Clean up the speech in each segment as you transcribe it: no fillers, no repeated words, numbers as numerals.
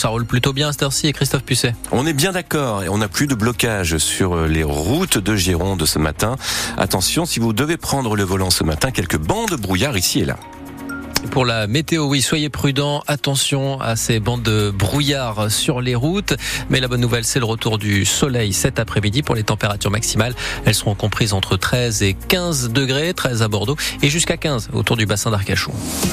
ça roule plutôt bien à cette heure-ci. Et Christophe Pusset. On est bien d'accord et on n'a plus de blocage sur les routes de Gironde ce matin. Attention, si vous devez prendre le volant ce matin, quelques bancs de brouillard ici et là. Pour la météo, oui, soyez prudents, attention à ces bandes de brouillard sur les routes. Mais la bonne nouvelle, c'est le retour du soleil cet après-midi. Pour les températures maximales, elles seront comprises entre 13 et 15 degrés, 13 à Bordeaux et jusqu'à 15 autour du bassin d'Arcachon.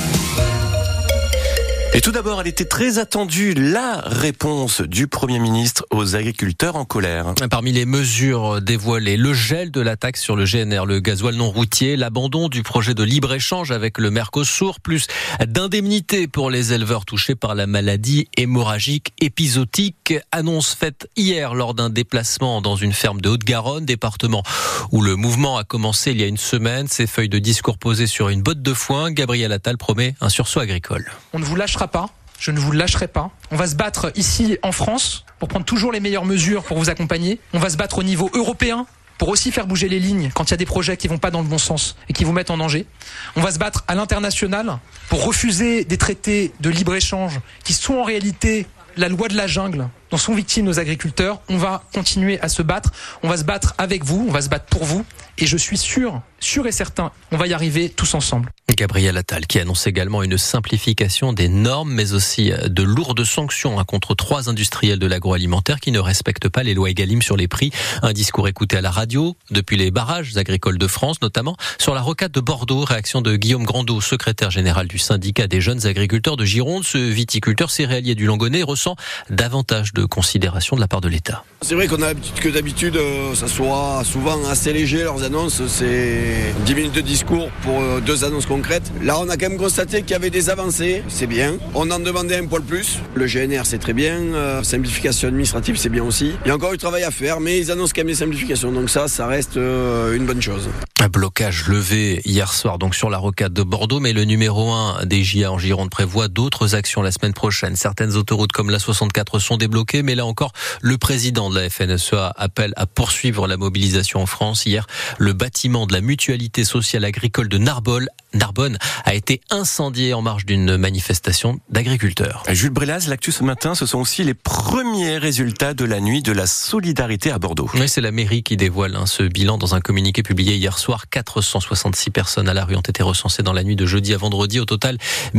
Et tout d'abord, elle était très attendue, la réponse du Premier ministre aux agriculteurs en colère. Parmi les mesures dévoilées, le gel de la taxe sur le GNR, le gasoil non routier, l'abandon du projet de libre-échange avec le Mercosur, plus d'indemnités pour les éleveurs touchés par la maladie hémorragique épizootique. Annonce faite hier lors d'un déplacement dans une ferme de Haute-Garonne, département où le mouvement a commencé il y a une semaine. Ces feuilles de discours posées sur une botte de foin, Gabriel Attal promet un sursaut agricole. On ne vous lâchera pas, je ne vous lâcherai pas. On va se battre ici en France pour prendre toujours les meilleures mesures pour vous accompagner. On va se battre au niveau européen pour aussi faire bouger les lignes quand il y a des projets qui vont pas dans le bon sens et qui vous mettent en danger. On va se battre à l'international pour refuser des traités de libre-échange qui sont en réalité la loi de la jungle dont sont victimes nos agriculteurs. On va continuer à se battre. On va se battre avec vous, on va se battre pour vous. Et je suis sûr et certain, on va y arriver tous ensemble. Gabriel Attal qui annonce également une simplification des normes, mais aussi de lourdes sanctions contre 3 industriels de l'agroalimentaire qui ne respectent pas les lois Egalim sur les prix. Un discours écouté à la radio depuis les barrages agricoles de France, notamment sur la rocade de Bordeaux. Réaction de Guillaume Grandeau, secrétaire général du syndicat des jeunes agriculteurs de Gironde. Ce viticulteur céréalier du Langonnet ressent davantage de considération de la part de l'État. C'est vrai qu'on a l'habitude que d'habitude, ça soit souvent assez léger leurs annonces. C'est 10 minutes de discours pour 2 annonces concrètes. Là, on a quand même constaté qu'il y avait des avancées. C'est bien. On en demandait un poil plus. Le GNR, c'est très bien. Simplification administrative, c'est bien aussi. Il y a encore du travail à faire, mais ils annoncent quand même des simplifications. Donc ça reste une bonne chose. Un blocage levé hier soir donc sur la rocade de Bordeaux, mais le numéro 1 des JA en Gironde prévoit d'autres actions la semaine prochaine. Certaines autoroutes comme la 64 sont débloquées, mais là encore, le président de la FNSEA appelle à poursuivre la mobilisation en France. Hier, le bâtiment de la mutualité sociale agricole de Narbonne a été incendié en marge d'une manifestation d'agriculteurs. Jules Brélaz, l'actu ce matin, ce sont aussi les premiers résultats de la nuit de la solidarité à Bordeaux. Oui, c'est la mairie qui dévoile ce bilan dans un communiqué publié hier soir. 466 personnes à la rue ont été recensées dans la nuit de jeudi à vendredi. Au total,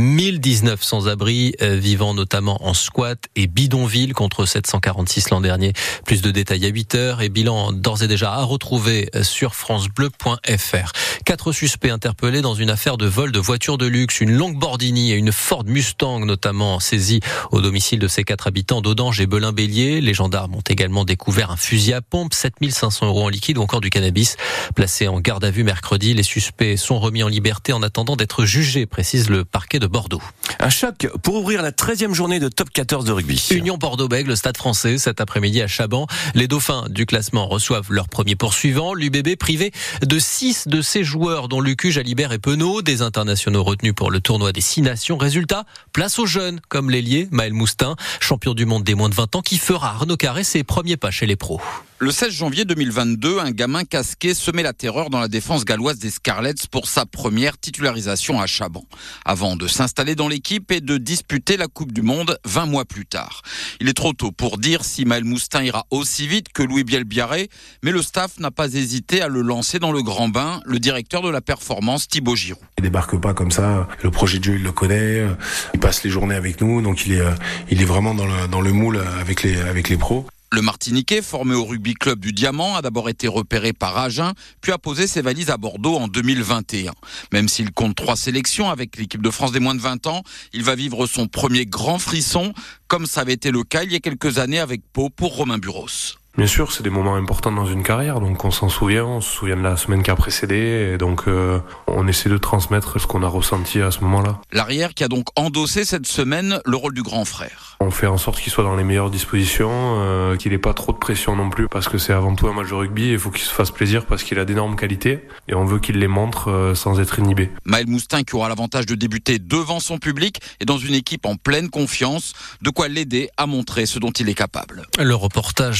1019 sans-abri, vivant notamment en squat et bidonville contre 746 l'an dernier. Plus de détails à 8h et bilan d'ores et déjà à retrouver sur francebleu.fr. 4 suspects interpellés dans une affaire de vol de voitures de luxe. Une Lamborghini et une Ford Mustang notamment saisies au domicile de ces 4 habitants d'Audange et Belin-Bélier. Les gendarmes ont également découvert un fusil à pompe, 7500 € en liquide ou encore du cannabis. Placés en garde à vue mercredi, les suspects sont remis en liberté en attendant d'être jugés, précise le parquet de Bordeaux. Un choc pour ouvrir la 13e journée de top 14 de rugby. Union Bordeaux-Bègles, le Stade Français, cet après-midi à Chaban. Les dauphins du classement reçoivent leur premier poursuivant. L'UBB privé de 6 de ses joueurs, dont Lucu, Jalibert et Penaud, des internationaux retenus pour le tournoi des 6 nations. Résultat, place aux jeunes, comme l'ailier Maël Moustin, champion du monde des moins de 20 ans, qui fera Arnaud Carré ses premiers pas chez les pros. Le 16 janvier 2022, un gamin casqué semait la terreur dans la défense galloise des Scarlets pour sa première titularisation à Chaban, avant de s'installer dans l'équipe et de disputer la Coupe du Monde 20 mois plus tard. Il est trop tôt pour dire si Maël Moustin ira aussi vite que Louis Bielbiarré, mais le staff n'a pas hésité à le lancer dans le grand bain, le directeur de la performance Thibaut Giroud. Il débarque pas comme ça, le projet de jeu il le connaît, il passe les journées avec nous, donc il est vraiment dans le moule avec les pros. Le Martiniquais, formé au rugby club du Diamant, a d'abord été repéré par Agen, puis a posé ses valises à Bordeaux en 2021. Même s'il compte 3 sélections avec l'équipe de France des moins de 20 ans, il va vivre son premier grand frisson, comme ça avait été le cas il y a quelques années avec Pau pour Romain Buros. Bien sûr, c'est des moments importants dans une carrière, donc on se souvient de la semaine qui a précédé, et donc on essaie de transmettre ce qu'on a ressenti à ce moment-là. L'arrière qui a donc endossé cette semaine le rôle du grand frère. On fait en sorte qu'il soit dans les meilleures dispositions, qu'il n'ait pas trop de pression non plus, parce que c'est avant tout un match de rugby, il faut qu'il se fasse plaisir parce qu'il a d'énormes qualités, et on veut qu'il les montre sans être inhibé. Maël Moustin qui aura l'avantage de débuter devant son public et dans une équipe en pleine confiance, de quoi l'aider à montrer ce dont il est capable. Le reportage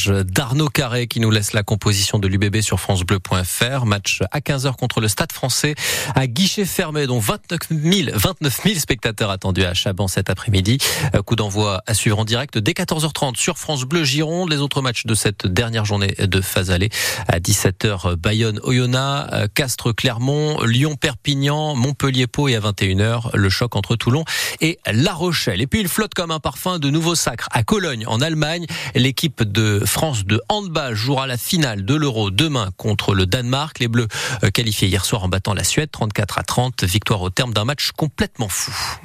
d'Arnaud Carré qui nous laisse la composition de l'UBB sur francebleu.fr. Match à 15h contre le Stade Français à guichet fermé, dont 29 000 spectateurs attendus à Chaban cet après-midi. Coup d'envoi à suivre en direct dès 14h30 sur France Bleu Gironde. Les autres matchs de cette dernière journée de phase aller à 17h, Bayonne-Oyonnax, Castres-Clermont, Lyon-Perpignan, Montpellier-Pau, et à 21h, le choc entre Toulon et La Rochelle. Et puis il flotte comme un parfum de nouveaux sacres à Cologne en Allemagne. L'équipe de France de handball jouera la finale de l'Euro demain contre le Danemark. Les Bleus qualifiés hier soir en battant la Suède 34-30. Victoire au terme d'un match complètement fou.